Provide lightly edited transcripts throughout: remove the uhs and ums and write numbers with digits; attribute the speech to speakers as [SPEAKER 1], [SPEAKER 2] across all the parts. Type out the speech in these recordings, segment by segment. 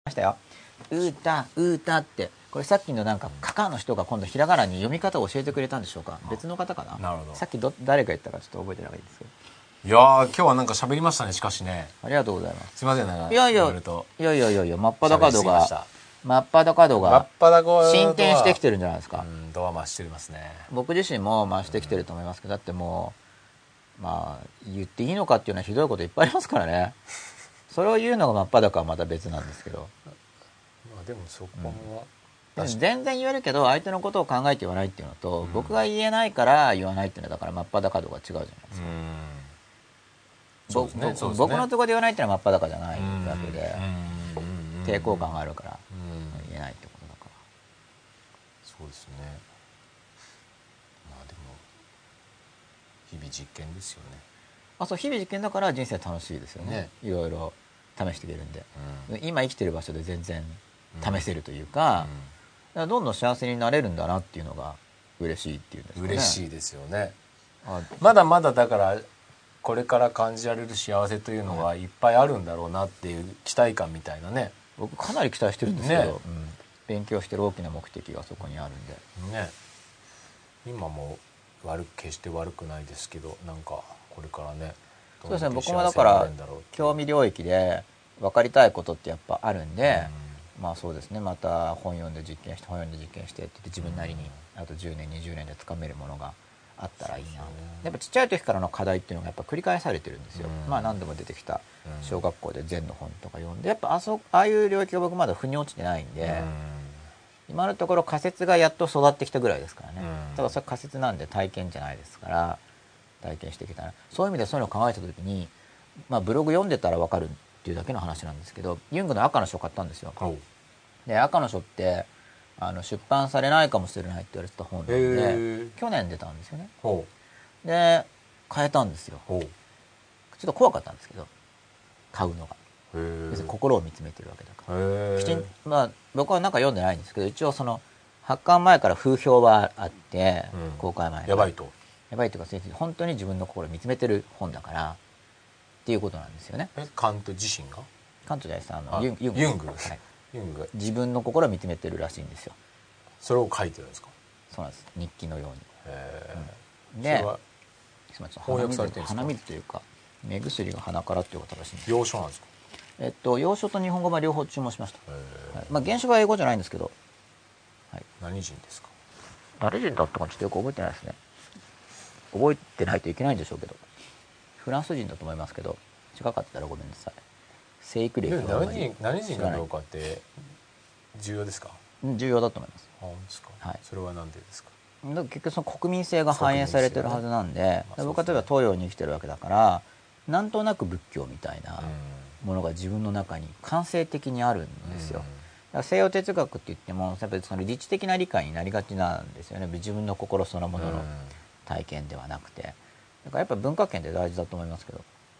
[SPEAKER 1] ましたよ。うーたうーたって、これさっきのなんかカカの人が今度ひらがなに読み方を教えてくれたんでしょうか。別の方かな。
[SPEAKER 2] なるほど。
[SPEAKER 1] さっき誰が言ったかちょっと覚えてないんですけど。
[SPEAKER 2] いやー、今日はなんか喋りましたね。しかしね、
[SPEAKER 1] ありがとうございます。
[SPEAKER 2] すいませんね。
[SPEAKER 1] いやいや
[SPEAKER 2] ろろと
[SPEAKER 1] いや真っ裸度が
[SPEAKER 2] 真っ裸度
[SPEAKER 1] 進展してきてるんじゃないですか。
[SPEAKER 2] 度は増してますね。
[SPEAKER 1] 僕自身も増してきてると思いますけど、だってもうまあ言っていいのかっていうのはひどいこといっぱいありますからね。それを言うのが真っ裸はまた別なんですけど。
[SPEAKER 2] まあでもそこも、
[SPEAKER 1] 全然言えるけど相手のことを考えて言わないっていうのと、僕が言えないから言わないっていうのはだから真っ裸度が違うじゃないですか。僕のところで言わないっていうのは真っ裸じゃないわけで、抵抗感があるから言えないってことだから。
[SPEAKER 2] そうですね。まあでも日々実験ですよね。
[SPEAKER 1] そう、日々実験だから人生楽しいですよね。いろいろ試していけるんで、今生きてる場所で全然試せるというか、どんどん幸せになれるんだなっていうのが嬉しいっていうんですかね。
[SPEAKER 2] 嬉しいですよね。まだまだだからこれから感じられる幸せというのはいっぱいあるんだろうなっていう期待感みたいなね。
[SPEAKER 1] 僕かなり期待してるんですけど、勉強してる大きな目的がそこにあるんで
[SPEAKER 2] ね。今も決して悪くないですけど、なんかこれからね。
[SPEAKER 1] そうですね。僕もだから興味領域で分かりたいことってやっぱあるんで、まあそうですね。また本読んで実験してって言って自分なりにあと10年20年でつかめるものがあったらいいな。やっぱちっちゃい時からの課題っていうのがやっぱ繰り返されてるんですよ。まあ何度も出てきた小学校で禅の本とか読んで、やっぱああいう領域が僕まだ腑に落ちてないんで、今のところ仮説がやっと育ってきたぐらいですからね。ただそれ仮説なんで体験じゃないですから、体験してきたら、そういう意味でそういうのを考えた時に、まあブログ読んでたら分かるっていうだけの話なんですけど、ユングの赤の書買ったんですよ。で赤の書って出版されないかもしれないって言われてた本なんで、去年出たんですよね。で買えたんですよ。ちょっと怖かったんですけど、買うのが別に心を見つめてるわけだから、きちんまあ僕はなんか読んでないんですけど、一応その発刊前から風評はあって、公開前からやばいというか、本当に自分の心を見つめてる本だからっていうことなんですよね。
[SPEAKER 2] カント自身が？
[SPEAKER 1] カントじゃないです。ユング、自分の心を見つめてるらしいんですよ。
[SPEAKER 2] それを書いてるんですか？
[SPEAKER 1] そうなんです。日記のように。で、
[SPEAKER 2] 翻訳されてるんですか？
[SPEAKER 1] 鼻水というか目薬が鼻からっていうことらしいんです。
[SPEAKER 2] 洋書なんですか？
[SPEAKER 1] 洋書と日本語版両方注文しました。まあ原書は英語じゃないんですけど。
[SPEAKER 2] 何人ですか？
[SPEAKER 1] 誰人だったかちょっとよく覚えてないですね。覚えてないといけないんでしょうけど、フランス人だと思いますけど、違かったらごめんなさい。生育歴が
[SPEAKER 2] 何人かどうかって重要ですか？
[SPEAKER 1] 重要だと思います。
[SPEAKER 2] 本当ですか？それは何でですか？
[SPEAKER 1] 結局その国民性が反映されてるはずなんで、僕は例えば東洋に生きてるわけだから、なんとなく仏教みたいなものが自分の中に感性的にあるんですよ。西洋哲学って言ってもやっぱりその理知的な理解になりがちなんですよね。自分の心そのものの体験ではなくて、だからやっぱ文化圏で大事だと思いますけど、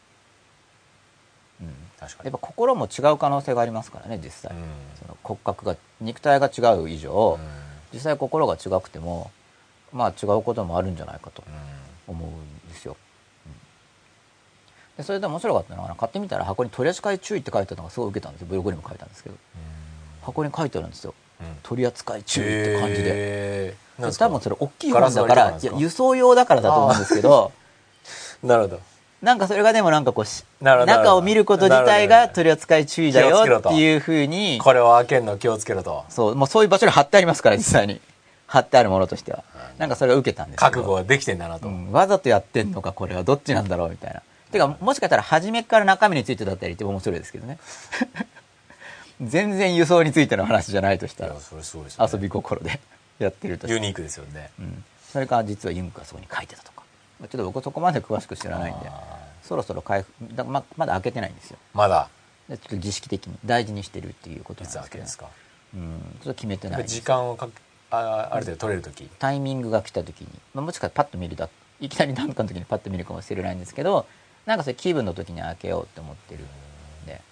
[SPEAKER 1] 確かにやっぱ心も違う可能性がありますからね。実際その骨格が肉体が違う以上、実際心が違くてもまあ違うこともあるんじゃないかと思うんですよ。でそれで面白かったのは、買ってみたら箱に取り扱い注意って書いてあったのがすごい受けたんですよ。ブログにも書いたんですけど、箱に書いてあるんですよ。取り扱い注意って感じで、多分それ大きい本だから、輸送用だからだと思うんですけど
[SPEAKER 2] なるほど。
[SPEAKER 1] なんかそれがでもなんかこう中を見ること自体が取り扱い注意だよっていうふうに、
[SPEAKER 2] これを開けるの気をつけろと。
[SPEAKER 1] そう、もうそういう場所に貼ってありますから、実際に貼ってあるものとしてはなんかそれが受けたんですけど、
[SPEAKER 2] 覚悟ができてんだなと、
[SPEAKER 1] わざとやってんのかこれはどっちなんだろうみたいな。てかもしかしたら初めから中身についてだったりって面白いですけどね全然輸送についての話じゃないとしたら、遊び心でやってると
[SPEAKER 2] ユニークですよね。
[SPEAKER 1] それから実はユングがそこに書いてたとか、ちょっと僕そこまで詳しく知らないんで、そろそろまだ開けてないんですよ。
[SPEAKER 2] まだ
[SPEAKER 1] ちょっと儀式的に大事にしてるっていうことなんですけど、ちょっと決めてない。
[SPEAKER 2] 時間をある程度取れる時、
[SPEAKER 1] タイミングが来た時に、もしかしたらパッと見るだいきなり何かの時にパッと見るかもしれないんですけど、なんかそれ気分の時に開けようって思ってるんで、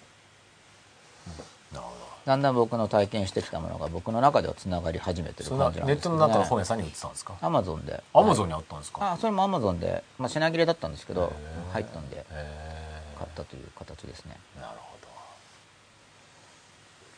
[SPEAKER 1] だんだん僕の体験してきたものが僕の中ではつながり始めてる感じなんですけどね。
[SPEAKER 2] ネットの中の本屋さんに売ってたんですか？
[SPEAKER 1] アマゾンで。
[SPEAKER 2] アマゾンにあったんですか？
[SPEAKER 1] それもアマゾンで、品切れだったんですけど入ったんで買ったという形ですね。
[SPEAKER 2] なるほど。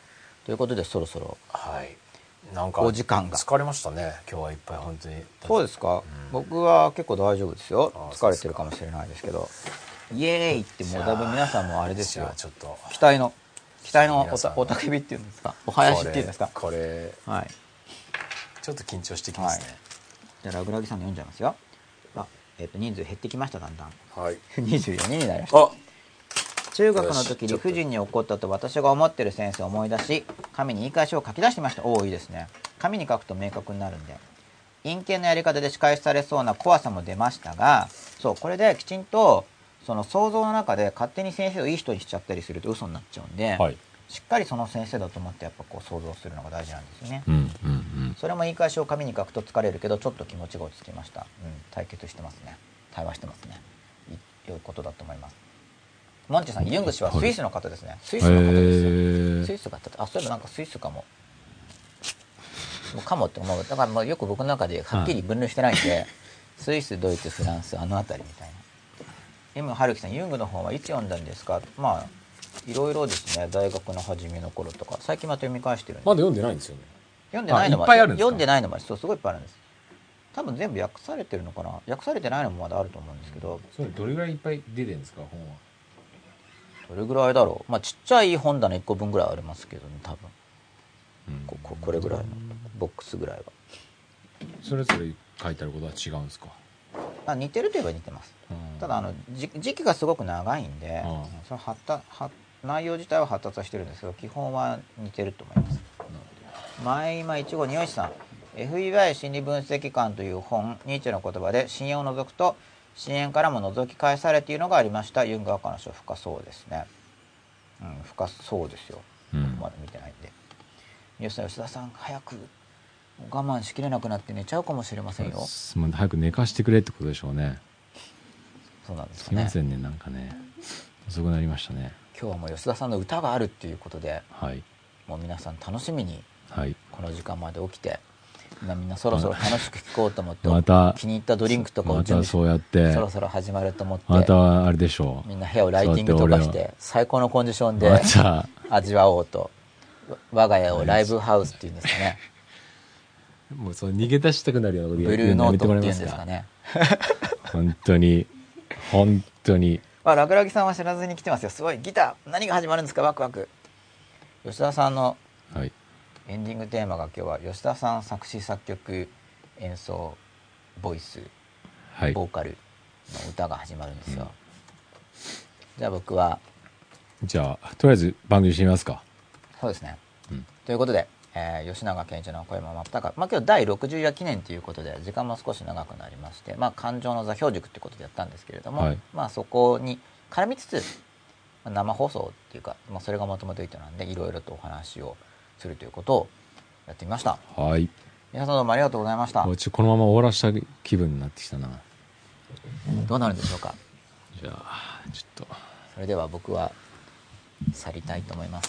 [SPEAKER 1] ということでそろそろ
[SPEAKER 2] はいなんか
[SPEAKER 1] お時間が
[SPEAKER 2] 疲れましたね今日はいっぱい本当に。
[SPEAKER 1] そうですか、
[SPEAKER 2] うん
[SPEAKER 1] 僕は結構大丈夫ですよ。
[SPEAKER 2] あ
[SPEAKER 1] 疲れてるかもしれないですけど、イエーイってもうだいぶ皆さんもあれです
[SPEAKER 2] じゃ
[SPEAKER 1] よ、
[SPEAKER 2] あちょっと
[SPEAKER 1] 期待の
[SPEAKER 2] 皆さん
[SPEAKER 1] おたけびっていうんですか、お囃子っていうんですか。
[SPEAKER 2] これ
[SPEAKER 1] はい、
[SPEAKER 2] ちょっと緊張してきますね。
[SPEAKER 1] じゃあラグラギさんの読んじゃいますよ。人数減ってきました、だんだん。
[SPEAKER 2] はい
[SPEAKER 1] 24人になりました。
[SPEAKER 2] あ
[SPEAKER 1] 中学の時
[SPEAKER 2] よし
[SPEAKER 1] 理不尽に起こったと私が思ってるセンスを思い出し、紙に言い返しを書き出してみました。おお、いいですね。紙に書くと明確になるんで、陰険なやり方で仕返しされそうな怖さも出ましたが、そうこれできちんとその想像の中で勝手に先生をいい人にしちゃったりすると嘘になっちゃうんで、
[SPEAKER 2] はい
[SPEAKER 1] しっかりその先生だと思ってやっぱこう想像するのが大事なんですよね。
[SPEAKER 2] うんうん
[SPEAKER 1] それも言い返しを紙に書くと疲れるけど、ちょっと気持ちが落ち着きました。対決してますね。対話してますね。良いことだと思います。モンチさん、ユング氏はスイスの方ですね。スイスの方ですよ。スイスがそういえばなんかスイスかも。かもって思う。だからまあよく僕の中ではっきり分類してないんで、スイス、ドイツ、フランス、あの辺りみたいな。M 春樹さん、ユングの本はいつ読んだんですか。まあいろいろですね。大学の初めの頃とか、最近また読み返してるんで。
[SPEAKER 2] まだ読んでないんですよね。
[SPEAKER 1] 読んでないのも
[SPEAKER 2] いっぱいあるんですか。
[SPEAKER 1] 読んでないのもそうすごいいっぱいあるんです。多分全部訳されてるのかな。訳されてないのもまだあると思うんですけど。
[SPEAKER 2] それどれぐらいいっぱい出てるんですか本は。
[SPEAKER 1] どれぐらいだろう。まあちっちゃい本棚1個分ぐらいありますけどね、多分。これぐらいのボックスぐらいは。
[SPEAKER 2] それぞれ書いてあることは違うんですか。
[SPEAKER 1] 似てるといえば似てます。ただ時期がすごく長いんで、その内容自体は発達はしてるんですけど、基本は似てると思います。前今一号二吉さん、 FEY 心理分析観という本、ニーチェの言葉で深淵を除くと深淵からも覗き返されているのがありました。ユングは彼女深そうですね。深そうですよ。僕まだ見てないんで。三好さん、吉田さん早く我慢しきれなくなって寝ちゃうかもしれませんよ。
[SPEAKER 2] もう早く寝かしてくれってことでしょうね。
[SPEAKER 1] そうなんですかね。
[SPEAKER 2] すいませんね、なんかね遅くなりましたね。
[SPEAKER 1] 今日はもう吉田さんの歌があるっていうことで、
[SPEAKER 2] はい、
[SPEAKER 1] もう皆さん楽しみに
[SPEAKER 2] はい、
[SPEAKER 1] この時間まで起きて、みんなそろそろ楽しく聴こうと思って、
[SPEAKER 2] また
[SPEAKER 1] 気に入ったドリンクとかを準備して、
[SPEAKER 2] そうやって
[SPEAKER 1] そろそろ始まると思って、
[SPEAKER 2] またあれでしょう、
[SPEAKER 1] みんな部屋をライティングとかして最高のコンディションで
[SPEAKER 2] また
[SPEAKER 1] 味わおうと。我が家をライブハウスっていうんですかね。
[SPEAKER 2] もうその逃げ出したくなるようなこと
[SPEAKER 1] ブルーノートっていうんですかね。
[SPEAKER 2] 本当に本当に。
[SPEAKER 1] ラグラギさんは知らずに来てますよ。すごい。ギター何が始まるんですか。ワクワク。吉田さんのエンディングテーマが今日は吉田さん作詞作曲演奏ボイス、ボーカルの歌が始まるんですよ。じゃあ僕は
[SPEAKER 2] じゃあとりあえず番組してみますか。
[SPEAKER 1] そうですね、ということで、吉永健一の声も真っ只中、今日第60夜記念ということで時間も少し長くなりまして、感情の座標軸ということでやったんですけれども、そこに絡みつつ生放送っていうか、それがもともと意図なんでいろいろとお話をするということをやってみました。
[SPEAKER 2] はい、
[SPEAKER 1] 皆さんどうもありがとうございました。
[SPEAKER 2] このまま終わらした気分になってきたな。
[SPEAKER 1] どうなるんでしょうか。
[SPEAKER 2] じゃあちょっと
[SPEAKER 1] それでは僕は去りたいと思います。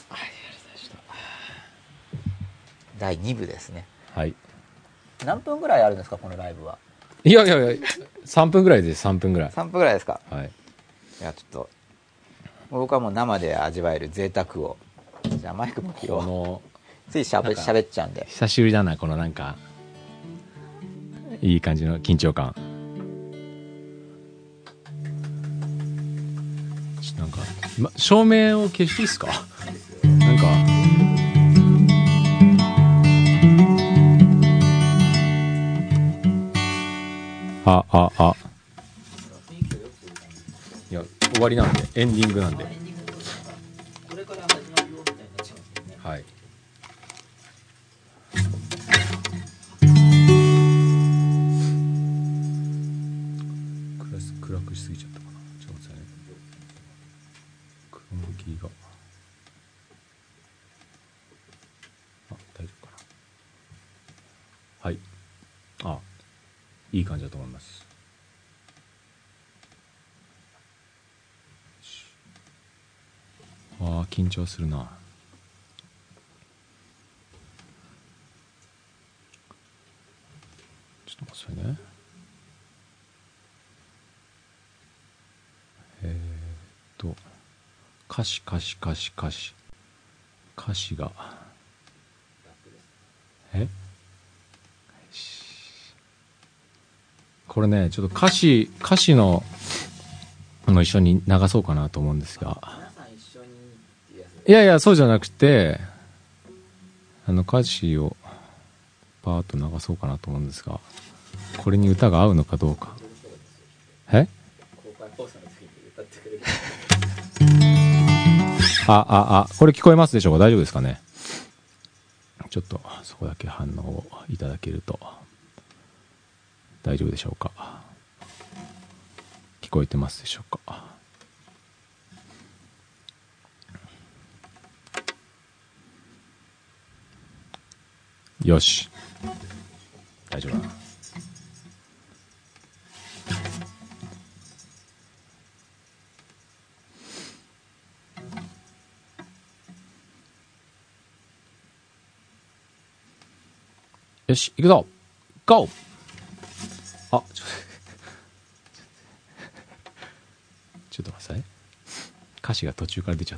[SPEAKER 1] 第2部ですね。
[SPEAKER 2] はい。
[SPEAKER 1] 何分ぐらいあるんですかこのライブは。
[SPEAKER 2] いや3分ぐらいです。3分ぐらい。
[SPEAKER 1] 3分ぐらいですか。
[SPEAKER 2] はい。
[SPEAKER 1] いやちょっと僕はもう生で味わえる贅沢を。じゃあマイクも切ろう。ついしゃべっちゃうんで。
[SPEAKER 2] 久しぶりだなこのなんかいい感じの緊張感。なんか、照明を消していいですか。なんかいや終わりなんでエンディングなんで、
[SPEAKER 1] これから始まるよみたいになっちゃうんですね。
[SPEAKER 2] はい。暗くしすぎちゃったかな。ちょっと待ってくださいね。クロマキーが大丈夫かな。はい、いい感じだと思います。緊張するな。ちょっと待ってくださいね。歌詞が
[SPEAKER 3] これねちょっと歌詞の一緒に流そうかなと思うんですが、いやいやそうじゃなくて歌詞をパーッと流そうかなと思うんですが、これに歌が合うのかどうか。これ聞こえますでしょうか。大丈夫ですかね。ちょっとそこだけ反応をいただけると大丈夫でしょうか。聞こえてますでしょうか。よし、大丈夫だな。よし、行くぞ GO！ ちょっと待ってください。歌詞が途中から出ちゃった。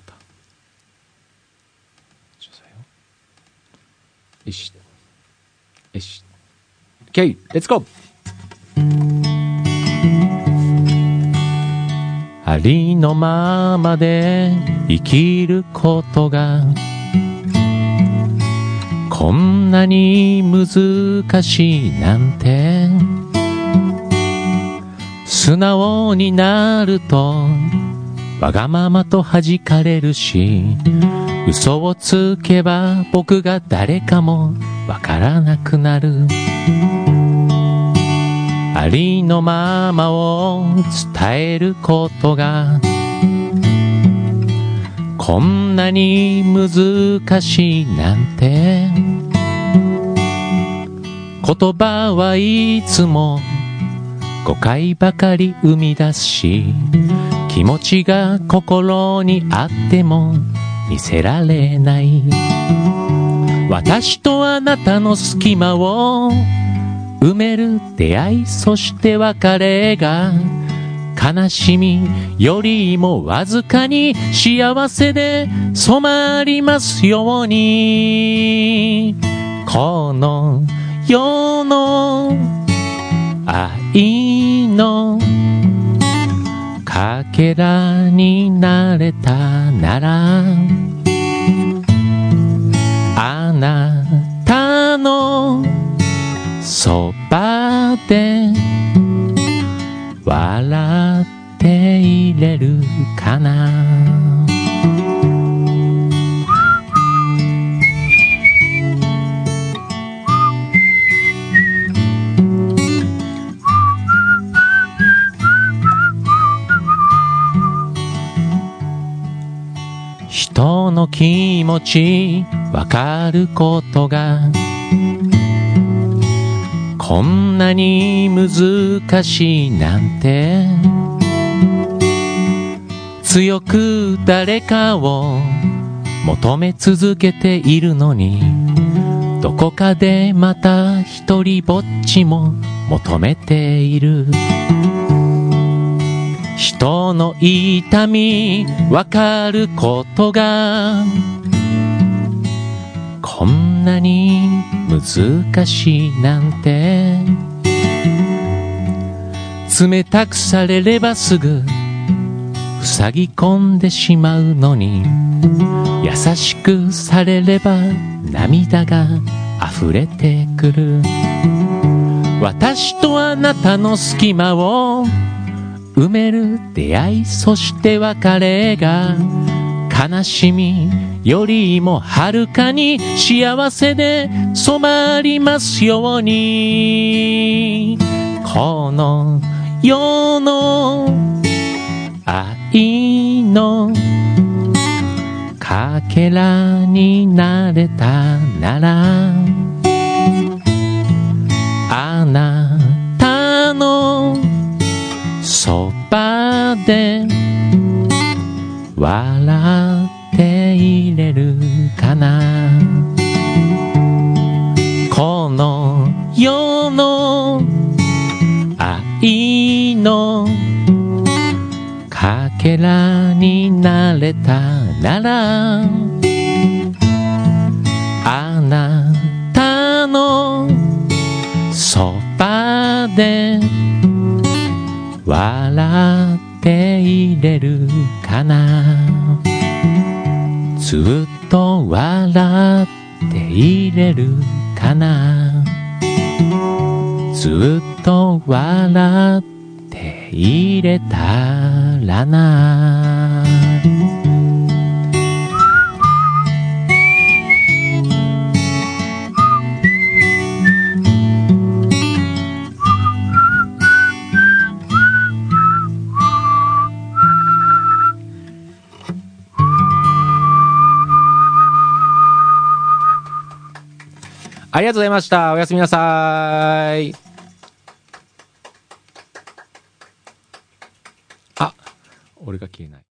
[SPEAKER 3] ちょっと待ってよ。よしよし OK、 レッツゴー。ありのままで生きることがこんなに難しいなんて、素直になるとわがままと弾かれるし、嘘をつけば僕が誰かもわからなくなる。ありのままを伝えることがこんなに難しいなんて、言葉はいつも誤解ばかり生み出すし、気持ちが心にあっても見せられない。私とあなたの隙間を埋める出会い、そして別れが悲しみよりもわずかに幸せで染まりますように、この世の愛のかけらになれたなら、あなたのそばで笑っていれるかな。人の気持ちわかることがこんなに難しいなんて、強く誰かを求め続けているのに、どこかでまた一人ぼっちも求めている。人の痛みわかることがこんなに難しいなんて、冷たくされればすぐ塞ぎ込んでしまうのに、優しくされれば涙が溢れてくる。私とあなたの隙間を埋める出会い、そして別れが悲しみよりもはるかに幸せで染まりますように、この世の愛のかけらになれたなら、あなたのそばで笑っていれるかな。この世の愛のかけらになれたなら、あなたの笑っていれるかな。ずっと笑っていれるかな。ずっと笑っていれたらな。ありがとうございました。おやすみなさい。あ、俺が消えない。